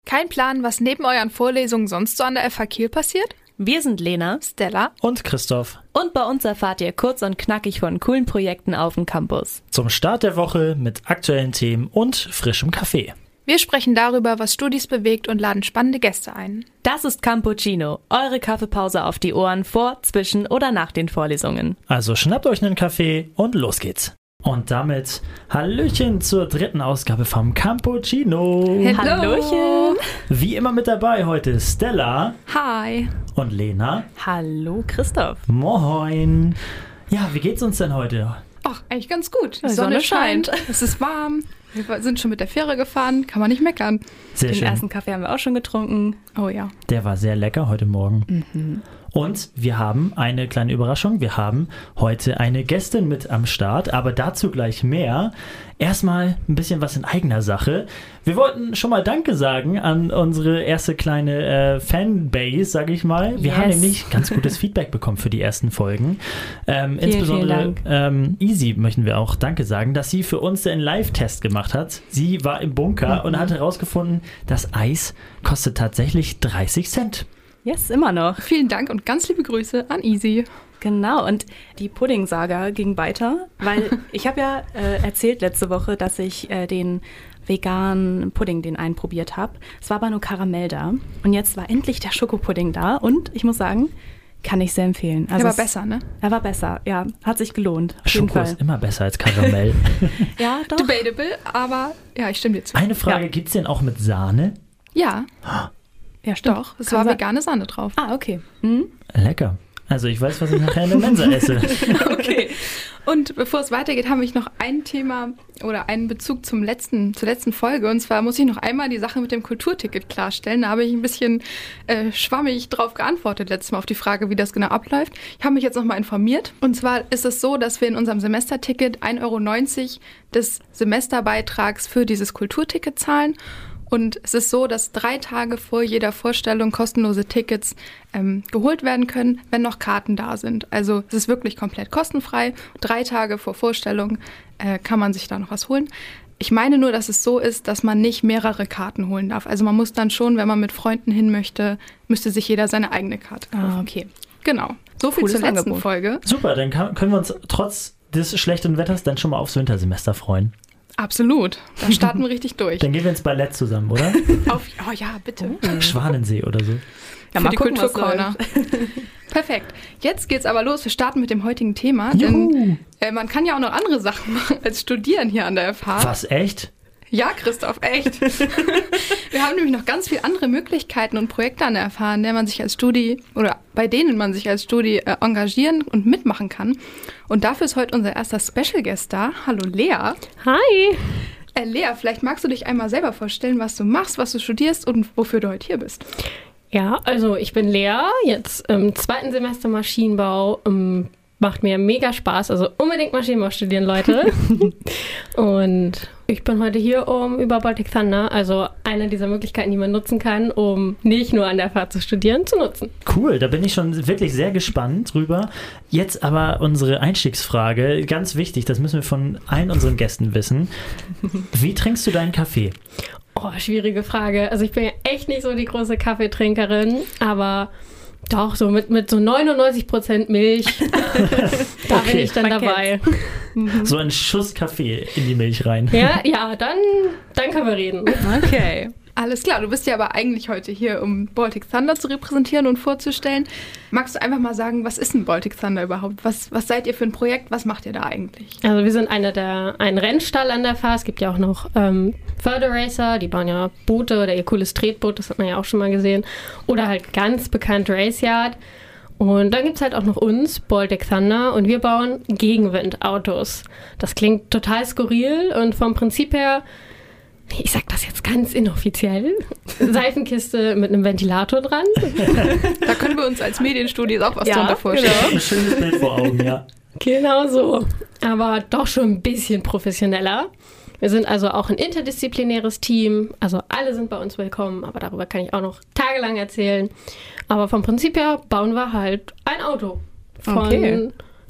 Kein Plan, was neben euren Vorlesungen sonst so an der FH Kiel passiert? Wir sind Lena, Stella und Christoph. Und bei uns erfahrt ihr kurz und knackig von coolen Projekten auf dem Campus. Zum Start der Woche mit aktuellen Themen und frischem Kaffee. Wir sprechen darüber, was Studis bewegt und laden spannende Gäste ein. Das ist Campuccino, eure Kaffeepause auf die Ohren vor, zwischen oder nach den Vorlesungen. Also schnappt euch einen Kaffee und los geht's. Und damit Hallöchen zur dritten Ausgabe vom Campuccino. Hallöchen. Wie immer mit dabei heute Stella. Hi. Und Lena. Hallo Christoph. Moin. Ja, wie geht's uns denn heute? Ach, eigentlich ganz gut. Die Sonne scheint. Es ist warm. Wir sind schon mit der Fähre gefahren. Kann man nicht meckern. Sehr Den schön. ersten Kaffee haben wir auch schon getrunken. Oh ja. Der war sehr lecker heute Morgen. Und wir haben eine kleine Überraschung. Wir haben heute eine Gästin mit am Start, aber dazu gleich mehr. Erstmal ein bisschen was in eigener Sache. Wir wollten schon mal Danke sagen an unsere erste kleine Fanbase, sage ich mal. Wir haben nämlich ganz gutes Feedback bekommen für die ersten Folgen. Insbesondere Easy möchten wir auch Danke sagen, dass sie für uns den Live-Test gemacht hat. Sie war im Bunker und hat herausgefunden, das Eis kostet tatsächlich 30 Cent. Yes, immer noch. Vielen Dank und ganz liebe Grüße an Easy. Genau, und die Pudding-Saga ging weiter, weil ich habe ja erzählt letzte Woche, dass ich den veganen Pudding, den einen probiert habe. Es war aber nur Karamell da und jetzt war endlich der Schokopudding da und ich muss sagen, kann ich sehr empfehlen. Also er war besser, ne? Er war besser, ja. Hat sich gelohnt. Auf jeden Schoko Fall. ist immer besser als Karamell. Ja, doch. Debatable, aber ja, ich stimme dir zu. Eine Frage, gibt's den auch mit Sahne? Ja, Ja, stimmt. doch. Es Kann war sein. vegane Sahne drauf. Ah, okay. Mhm. Lecker. Also ich weiß, was ich nachher in der Mensa esse. Okay. Und bevor es weitergeht, habe ich noch ein Thema oder einen Bezug zur letzten Folge. Und zwar muss ich noch einmal die Sache mit dem Kulturticket klarstellen. Da habe ich ein bisschen schwammig drauf geantwortet letztes Mal auf die Frage, wie das genau abläuft. Ich habe mich jetzt nochmal informiert. Und zwar ist es so, dass wir in unserem Semesterticket 1,90 € des Semesterbeitrags für dieses Kulturticket zahlen. Und es ist so, dass 3 Tage vor jeder Vorstellung kostenlose Tickets geholt werden können, wenn noch Karten da sind. Also es ist wirklich komplett kostenfrei. 3 Tage vor Vorstellung kann man sich da noch was holen. Ich meine nur, dass es so ist, dass man nicht mehrere Karten holen darf. Also man muss dann schon, wenn man mit Freunden hin möchte, müsste sich jeder seine eigene Karte kaufen. Ah, okay. Genau. So viel Cooles zur letzten Angebot. Folge. Super, dann können wir uns trotz des schlechten Wetters dann schon mal aufs Wintersemester freuen. Absolut. Da starten wir richtig durch. Dann gehen wir ins Ballett zusammen, oder? Oh ja, bitte. Schwanensee oder so. Ja, Für mal die gucken, was Kulturcorner. Perfekt. Jetzt geht's aber los. Wir starten mit dem heutigen Thema. Juhu. Denn man kann ja auch noch andere Sachen machen als studieren hier an der FH. Was, echt? Ja, Christoph, echt. Wir haben nämlich noch ganz viele andere Möglichkeiten und Projekte an der FH, in der man sich als Studi oder bei denen man sich als Studi engagieren und mitmachen kann. Und dafür ist heute unser erster Special Guest da. Hallo Lea. Hi! Lea, vielleicht magst du dich einmal selber vorstellen, was du machst, was du studierst und wofür du heute hier bist. Ja, also ich bin Lea, jetzt im 2. Semester Maschinenbau. Macht mir mega Spaß, also unbedingt Maschinenbau studieren, Leute. Und ich bin heute hier, um über Baltic Thunder, also eine dieser Möglichkeiten, die man nutzen kann, um nicht nur an der FH zu studieren, zu nutzen. Cool, da bin ich schon wirklich sehr gespannt drüber. Jetzt aber unsere Einstiegsfrage, ganz wichtig, das müssen wir von allen unseren Gästen wissen. Wie trinkst du deinen Kaffee? Oh, schwierige Frage. Also ich bin ja echt nicht so die große Kaffeetrinkerin, aber doch, so mit so 99% Milch, da bin Okay. ich dann Man dabei. So ein Schuss Kaffee in die Milch rein. Ja, dann können wir reden. Okay. Alles klar, du bist ja aber eigentlich heute hier, um Baltic Thunder zu repräsentieren und vorzustellen. Magst du einfach mal sagen, was ist ein Baltic Thunder überhaupt? Was seid ihr für ein Projekt? Was macht ihr da eigentlich? Also wir sind ein Rennstall an der FH. Es gibt ja auch noch Förderracer, die bauen ja Boote oder ihr cooles Tretboot, das hat man ja auch schon mal gesehen. Oder halt ganz bekannt Raceyard. Und dann gibt es halt auch noch uns, Baltic Thunder, und wir bauen Gegenwindautos. Das klingt total skurril und vom Prinzip her, ich sag das jetzt ganz inoffiziell, Seifenkiste mit einem Ventilator dran. Da können wir uns als Medienstudis auch was drunter vorstellen. genau. Ein schönes Bild vor Augen, ja. Genau so. Aber doch schon ein bisschen professioneller. Wir sind also auch ein interdisziplinäres Team. Also alle sind bei uns willkommen, aber darüber kann ich auch noch tagelang erzählen. Aber vom Prinzip her bauen wir halt ein Auto. Von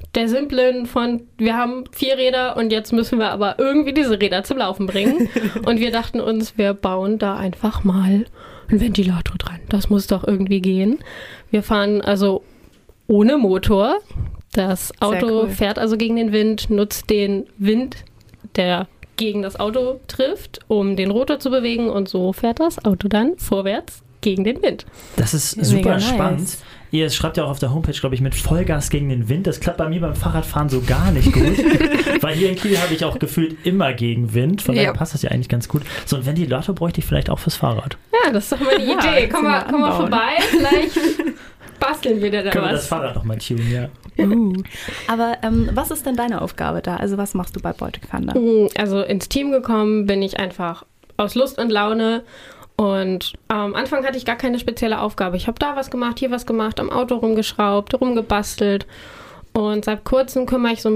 der simplen von, wir haben 4 Räder und jetzt müssen wir aber irgendwie diese Räder zum Laufen bringen. Und wir dachten uns, wir bauen da einfach mal einen Ventilator dran. Das muss doch irgendwie gehen. Wir fahren also ohne Motor. Das Auto fährt also gegen den Wind, nutzt den Wind, der gegen das Auto trifft, um den Rotor zu bewegen und so fährt das Auto dann vorwärts gegen den Wind. Das ist super spannend. Ihr schreibt ja auch auf der Homepage, glaube ich, mit Vollgas gegen den Wind. Das klappt bei mir beim Fahrradfahren so gar nicht gut. Weil hier in Kiel habe ich auch gefühlt immer Gegenwind. Von daher passt das ja eigentlich ganz gut. So ein Ventilator bräuchte ich vielleicht auch fürs Fahrrad. Ja, das ist doch mal die Idee. Komm mal vorbei. Vielleicht basteln wir da was. Können wir das Fahrrad noch mal tunen, ja. Aber was ist denn deine Aufgabe da? Also was machst du bei Baltic Thunder? Also ins Team gekommen bin ich einfach aus Lust und Laune. Und am Anfang hatte ich gar keine spezielle Aufgabe. Ich habe da was gemacht, hier was gemacht, am Auto rumgeschraubt, rumgebastelt. Und seit kurzem übernehme ich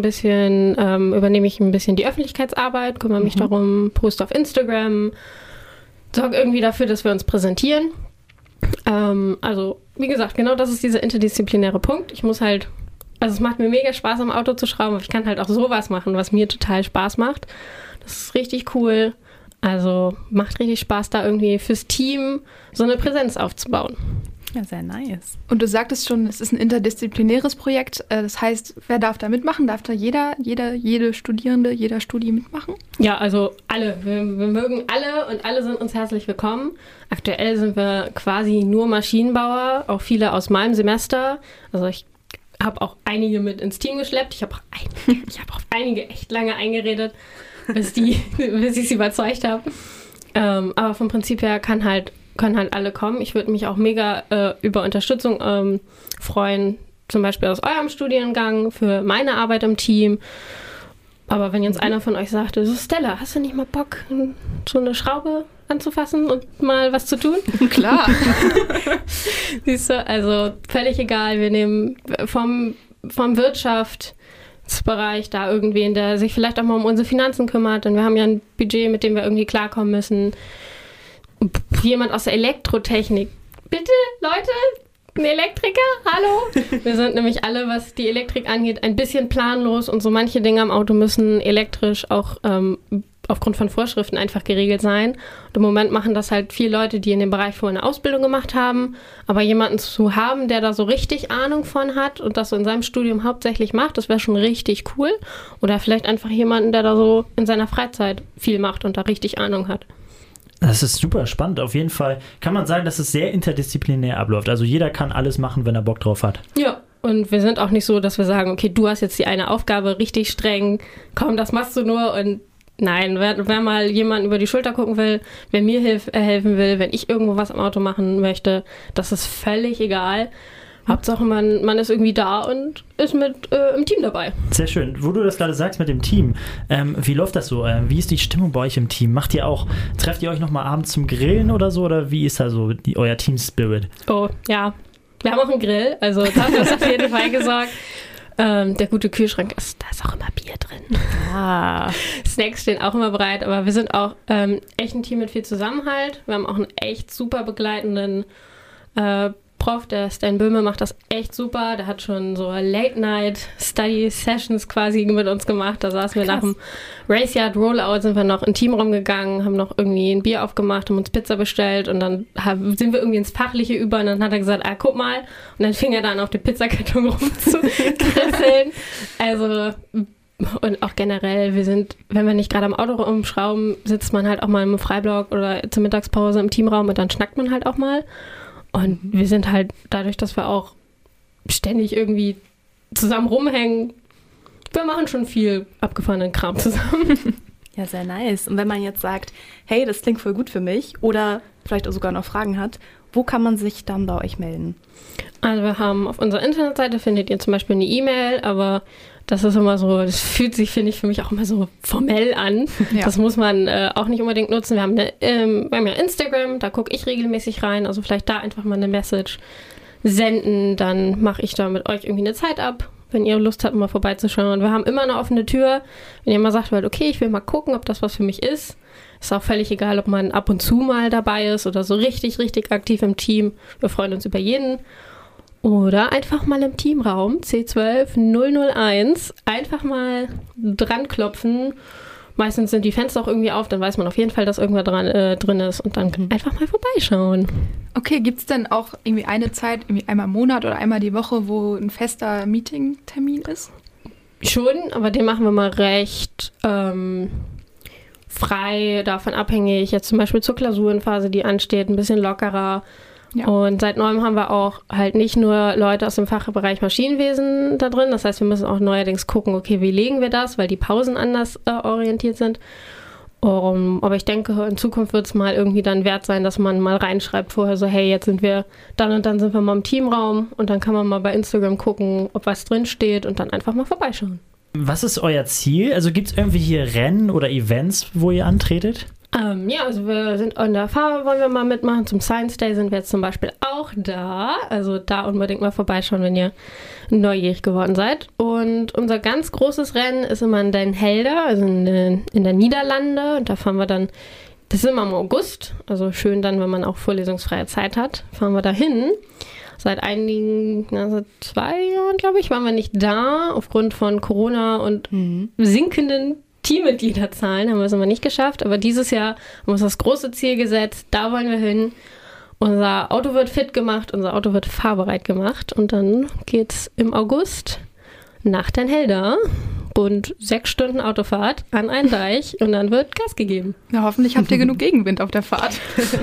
ein bisschen die Öffentlichkeitsarbeit, kümmere mich darum, poste auf Instagram, sorge irgendwie dafür, dass wir uns präsentieren. Also, wie gesagt, genau das ist dieser interdisziplinäre Punkt. Es macht mir mega Spaß, am Auto zu schrauben, aber ich kann halt auch sowas machen, was mir total Spaß macht. Das ist richtig cool. Also macht richtig Spaß, da irgendwie fürs Team so eine Präsenz aufzubauen. Ja, sehr nice. Und du sagtest schon, es ist ein interdisziplinäres Projekt. Das heißt, wer darf da mitmachen? Darf da jede Studierende, jeder Studi mitmachen? Ja, also alle. Wir mögen alle und alle sind uns herzlich willkommen. Aktuell sind wir quasi nur Maschinenbauer, auch viele aus meinem Semester. Also ich habe auch einige mit ins Team geschleppt. Ich habe auch einige echt lange eingeredet, bis ich sie überzeugt habe. Aber vom Prinzip her können halt alle kommen. Ich würde mich auch mega über Unterstützung freuen, zum Beispiel aus eurem Studiengang, für meine Arbeit im Team. Aber wenn jetzt einer von euch sagte, so Stella, hast du nicht mal Bock, so eine Schraube anzufassen und mal was zu tun? Klar. Siehst du, also völlig egal. Wir nehmen vom Wirtschaftsbereich da irgendwen, der sich vielleicht auch mal um unsere Finanzen kümmert, denn wir haben ja ein Budget, mit dem wir irgendwie klarkommen müssen. Jemand aus der Elektrotechnik. Bitte, Leute, ein Elektriker? Hallo? Wir sind nämlich alle, was die Elektrik angeht, ein bisschen planlos und so manche Dinge am Auto müssen elektrisch auch aufgrund von Vorschriften einfach geregelt sein. Und im Moment machen das halt viele Leute, die in dem Bereich vorher eine Ausbildung gemacht haben. Aber jemanden zu haben, der da so richtig Ahnung von hat und das so in seinem Studium hauptsächlich macht, das wäre schon richtig cool. Oder vielleicht einfach jemanden, der da so in seiner Freizeit viel macht und da richtig Ahnung hat. Das ist super spannend. Auf jeden Fall kann man sagen, dass es sehr interdisziplinär abläuft. Also jeder kann alles machen, wenn er Bock drauf hat. Ja, und wir sind auch nicht so, dass wir sagen, okay, du hast jetzt die eine Aufgabe richtig streng, komm, das machst du nur. Und nein, wer mal jemand über die Schulter gucken will, wer mir helfen will, wenn ich irgendwo was am Auto machen möchte, das ist völlig egal. Hauptsache, man ist irgendwie da und ist mit im Team dabei. Sehr schön. Wo du das gerade sagst mit dem Team, wie läuft das so? Wie ist die Stimmung bei euch im Team? Trefft ihr euch nochmal abends zum Grillen oder so? Oder wie ist da so euer Team-Spirit? Oh, ja. Wir haben auch einen Grill, also dafür ist auf jeden Fall gesorgt. Der gute Kühlschrank, da ist auch immer Bier drin. Snacks stehen auch immer bereit, aber wir sind auch echt ein Team mit viel Zusammenhalt. Wir haben auch einen echt super begleitenden Prof, der Stan Böhme, macht das echt super. Der hat schon so Late-Night-Study-Sessions quasi mit uns gemacht. Da saßen wir nach dem Raceyard-Rollout, sind wir noch in den Teamraum gegangen, haben noch irgendwie ein Bier aufgemacht, haben uns Pizza bestellt und dann sind wir irgendwie ins Fachliche über und dann hat er gesagt, guck mal. Und dann fing er dann auf den Pizzakarton rumzukrisseln. Also, und auch generell, wenn wir nicht gerade am Auto rumschrauben, sitzt man halt auch mal im Freiblock oder zur Mittagspause im Teamraum und dann schnackt man halt auch mal. Und wir sind halt dadurch, dass wir auch ständig irgendwie zusammen rumhängen, wir machen schon viel abgefahrenen Kram zusammen. Ja, sehr nice. Und wenn man jetzt sagt, hey, das klingt voll gut für mich oder vielleicht auch sogar noch Fragen hat, wo kann man sich dann bei euch melden? Also wir haben auf unserer Internetseite, findet ihr zum Beispiel eine E-Mail, aber das ist immer so, das fühlt sich, finde ich, für mich auch immer so formell an. Ja. Das muss man auch nicht unbedingt nutzen. Wir haben ja Instagram, da gucke ich regelmäßig rein, also vielleicht da einfach mal eine Message senden, dann mache ich da mit euch irgendwie eine Zeit ab, wenn ihr Lust habt, mal vorbeizuschauen. Und wir haben immer eine offene Tür, wenn ihr mal sagt, okay, ich will mal gucken, ob das was für mich ist. Ist auch völlig egal, ob man ab und zu mal dabei ist oder so richtig, richtig aktiv im Team. Wir freuen uns über jeden. Oder einfach mal im Teamraum C12-001 einfach mal dran klopfen. Meistens sind die Fenster auch irgendwie auf, dann weiß man auf jeden Fall, dass irgendwer drin ist und dann einfach mal vorbeischauen. Okay, gibt es denn auch irgendwie eine Zeit, irgendwie einmal im Monat oder einmal die Woche, wo ein fester Meeting-Termin ist? Schon, aber den machen wir mal recht frei, davon abhängig. Jetzt zum Beispiel zur Klausurenphase, die ansteht, ein bisschen lockerer. Ja. Und seit neuem haben wir auch halt nicht nur Leute aus dem Fachbereich Maschinenwesen da drin. Das heißt, wir müssen auch neuerdings gucken, okay, wie legen wir das, weil die Pausen anders orientiert sind. Aber ich denke, in Zukunft wird es mal irgendwie dann wert sein, dass man mal reinschreibt vorher so, hey, jetzt sind wir, dann und dann sind wir mal im Teamraum und dann kann man mal bei Instagram gucken, ob was drin steht und dann einfach mal vorbeischauen. Was ist euer Ziel? Also gibt es irgendwie hier Rennen oder Events, wo ihr antretet? Ja, also wir sind an der FAWA, wollen wir mal mitmachen. Zum Science Day sind wir jetzt zum Beispiel auch da. Also da unbedingt mal vorbeischauen, wenn ihr neugierig geworden seid. Und unser ganz großes Rennen ist immer in Den Helder, also in der Niederlande. Und da fahren wir dann, das ist immer im August, also schön dann, wenn man auch vorlesungsfreie Zeit hat, fahren wir da hin. Seit 2 Jahren, glaube ich, waren wir nicht da. Aufgrund von Corona und sinkenden Teammitgliederzahlen haben wir es immer nicht geschafft, aber dieses Jahr haben wir uns das große Ziel gesetzt, da wollen wir hin. Unser Auto wird fit gemacht, unser Auto wird fahrbereit gemacht und dann geht's im August nach Den Helder, rund 6 Stunden Autofahrt an einen Deich und dann wird Gas gegeben. Na, hoffentlich habt ihr genug Gegenwind auf der Fahrt.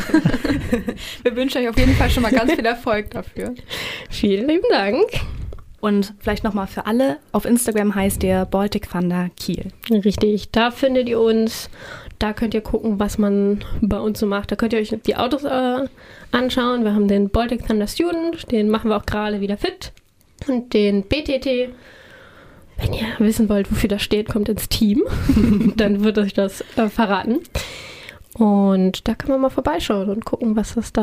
Wir wünschen euch auf jeden Fall schon mal ganz viel Erfolg dafür. Vielen lieben Dank. Und vielleicht nochmal für alle, auf Instagram heißt ihr Baltic Thunder Kiel. Richtig, da findet ihr uns. Da könnt ihr gucken, was man bei uns so macht. Da könnt ihr euch die Autos anschauen. Wir haben den Baltic Thunder Student, den machen wir auch gerade wieder fit. Und den BTT. Wenn ihr wissen wollt, wofür das steht, kommt ins Team. Dann wird euch das verraten. Und da kann man mal vorbeischauen und gucken, was es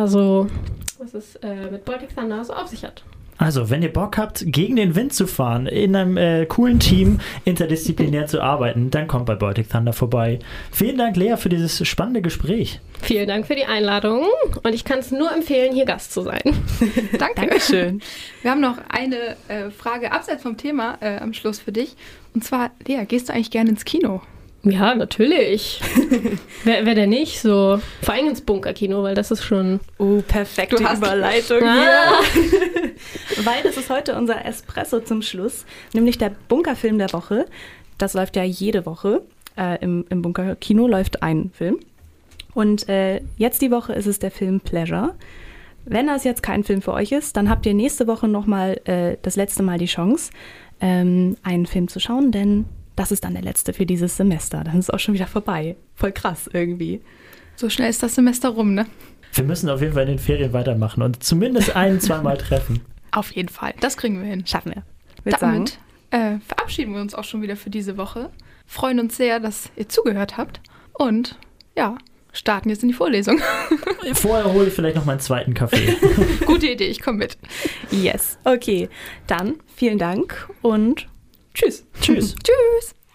mit Baltic Thunder so auf sich hat. Also, wenn ihr Bock habt, gegen den Wind zu fahren, in einem coolen Team interdisziplinär zu arbeiten, dann kommt bei Baltic Thunder vorbei. Vielen Dank, Lea, für dieses spannende Gespräch. Vielen Dank für die Einladung und ich kann es nur empfehlen, hier Gast zu sein. Dankeschön. Wir haben noch eine Frage abseits vom Thema am Schluss für dich. Und zwar, Lea, gehst du eigentlich gerne ins Kino? Ja, natürlich. Wer denn nicht? So, vor allem ins Bunkerkino, weil das ist schon... perfekte Überleitung hier. Weil das ist heute unser Espresso zum Schluss, nämlich der Bunkerfilm der Woche. Das läuft ja jede Woche. Im Bunkerkino läuft ein Film. Und jetzt die Woche ist es der Film Pleasure. Wenn das jetzt kein Film für euch ist, dann habt ihr nächste Woche nochmal das letzte Mal die Chance, einen Film zu schauen, denn das ist dann der letzte für dieses Semester. Dann ist es auch schon wieder vorbei. Voll krass irgendwie. So schnell ist das Semester rum, ne? Wir müssen auf jeden Fall in den Ferien weitermachen und zumindest 2-mal treffen. Auf jeden Fall. Das kriegen wir hin. Schaffen wir. Damit verabschieden wir uns auch schon wieder für diese Woche. Freuen uns sehr, dass ihr zugehört habt. Und ja, starten jetzt in die Vorlesung. Vorher hole ich vielleicht noch meinen zweiten Kaffee. Gute Idee, ich komme mit. Yes. Okay, dann vielen Dank und tschüss. Tschüss. Tschüss.